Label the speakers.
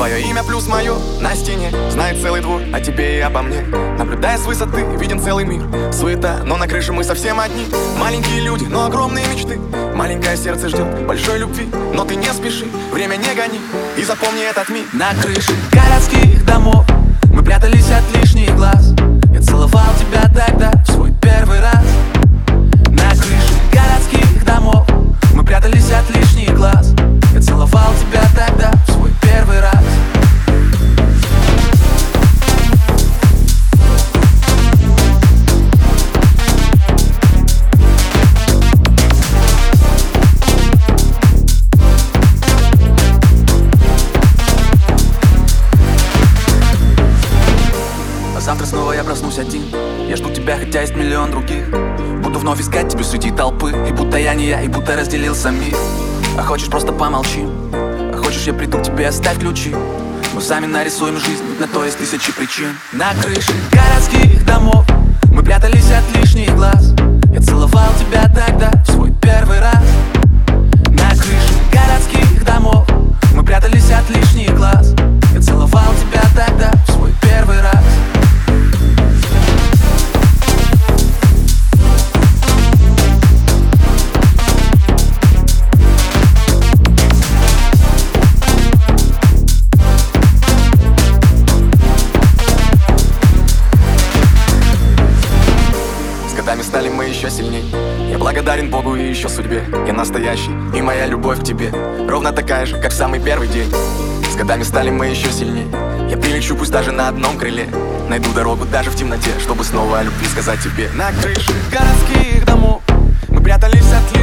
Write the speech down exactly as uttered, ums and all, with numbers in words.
Speaker 1: Твое имя плюс мое на стене знает целый двор о тебе и обо мне. Наблюдая с высоты, виден целый мир. Суета, но на крыше мы совсем одни. Маленькие люди, но огромные мечты. Маленькое сердце ждет большой любви. Но ты не спеши, время не гони. И запомни этот миг.
Speaker 2: На крыше городских домов мы прятались от лишних глаз. Я целовал тебя тогда в свой первый раз. На крыше городских домов мы прятались от лишних глаз. Я целовал тебя тогда в свой первый раз. Завтра снова я проснусь один. Я жду тебя, хотя есть миллион других. Буду вновь искать тебя среди толпы. И будто я не я, и будто разделился мир. А хочешь, просто помолчи. А хочешь, я приду к тебе, оставь ключи. Мы сами нарисуем жизнь, на то есть тысячи причин. На крыше городских домов мы прятались от лишних глаз. Я целовал тебя тогда в свой первый раз. На крыше городских домов мы прятались от лишних глаз. Я целовал тебя тогда в свой первый раз.
Speaker 1: Стали мы еще сильней. Я благодарен Богу и еще судьбе. Я настоящий, и моя любовь к тебе ровно такая же, как в самый первый день. С годами стали мы еще сильней. Я прилечу, пусть даже на одном крыле. Найду дорогу даже в темноте, чтобы снова о любви сказать тебе.
Speaker 2: На крыше городских домов мы прятались от